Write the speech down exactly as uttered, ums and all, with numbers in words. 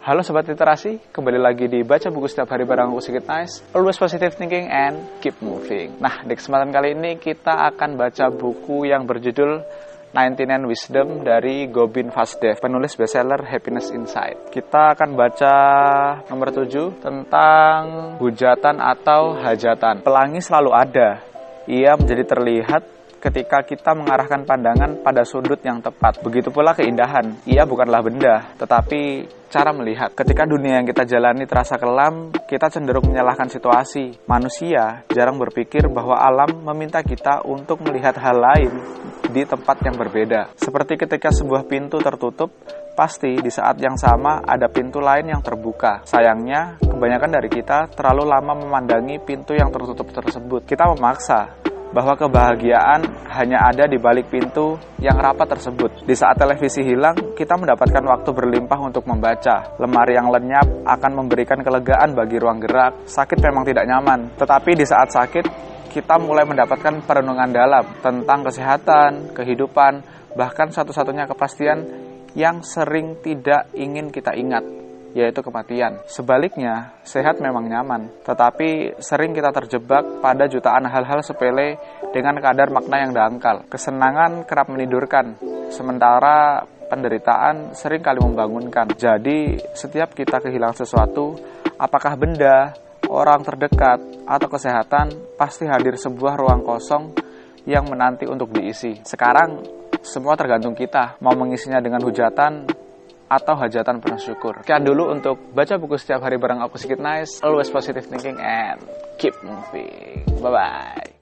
Halo Sobat Literasi, kembali lagi di Baca Buku Setiap Hari bareng aku Sigit Nice. Always positive thinking and keep moving. Nah, di kesempatan kali ini kita akan baca buku yang berjudul ninety-nine Wisdom dari Gobind Vasudev, penulis bestseller Happiness Inside. Kita akan baca nomor tujuh tentang hujatan atau hajatan. Pelangi selalu ada. Ia menjadi terlihat ketika kita mengarahkan pandangan pada sudut yang tepat. Begitu pula keindahan. Ia bukanlah benda, tetapi cara melihat. Ketika dunia yang kita jalani terasa kelam, kita cenderung menyalahkan situasi. Manusia jarang berpikir bahwa alam meminta kita untuk melihat hal lain di tempat yang berbeda. Seperti ketika sebuah pintu tertutup, pasti di saat yang sama ada pintu lain yang terbuka. Sayangnya, kebanyakan dari kita terlalu lama memandangi pintu yang tertutup tersebut. Kita memaksa bahwa kebahagiaan hanya ada di balik pintu yang rapat tersebut. Di saat televisi hilang, kita mendapatkan waktu berlimpah untuk membaca. Lemari yang lenyap akan memberikan kelegaan bagi ruang gerak. Sakit memang tidak nyaman, tetapi di saat sakit, kita mulai mendapatkan perenungan dalam tentang kesehatan, kehidupan, bahkan satu-satunya kepastian yang sering tidak ingin kita ingat, yaitu kematian. Sebaliknya, sehat memang nyaman, tetapi sering kita terjebak pada jutaan hal-hal sepele dengan kadar makna yang dangkal. Kesenangan kerap menidurkan, sementara penderitaan sering kali membangunkan. Jadi, setiap kita kehilangan sesuatu, apakah benda, orang terdekat, atau kesehatan, pasti hadir sebuah ruang kosong yang menanti untuk diisi. Sekarang, semua tergantung kita, mau mengisinya dengan hujatan atau hajatan penuh syukur. Sekian dulu untuk baca buku setiap hari bareng aku Sigit Nice. Always positive thinking and keep moving. Bye-bye.